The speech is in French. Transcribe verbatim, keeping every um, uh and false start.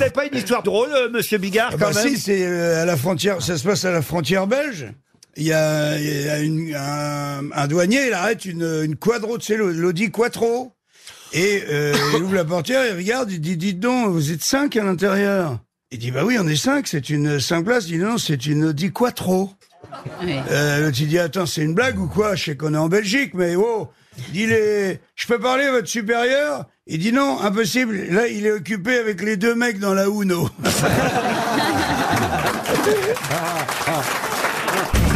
n'avez pas une histoire drôle, euh, monsieur Bigard, Ah quand bah même? si, c'est euh, à la frontière, ça se passe à la frontière belge. Il y a, il y a une- un, un douanier, il arrête une, une quadro, tu sais, l'Audi Quattro. Et euh, il ouvre la portière, il regarde, il dit, dites donc, vous êtes cinq à l'intérieur. Il dit, bah oui, on est cinq, c'est une cinq places. Il dit, non, c'est une Audi Quattro. Oui. Euh, L'autre, il dit, attends, c'est une blague ou quoi? Je sais qu'on est en Belgique, mais oh. Il dit, les... je peux parler à votre supérieur? Il dit, non, impossible. Là, il est occupé avec les deux mecs dans la Uno.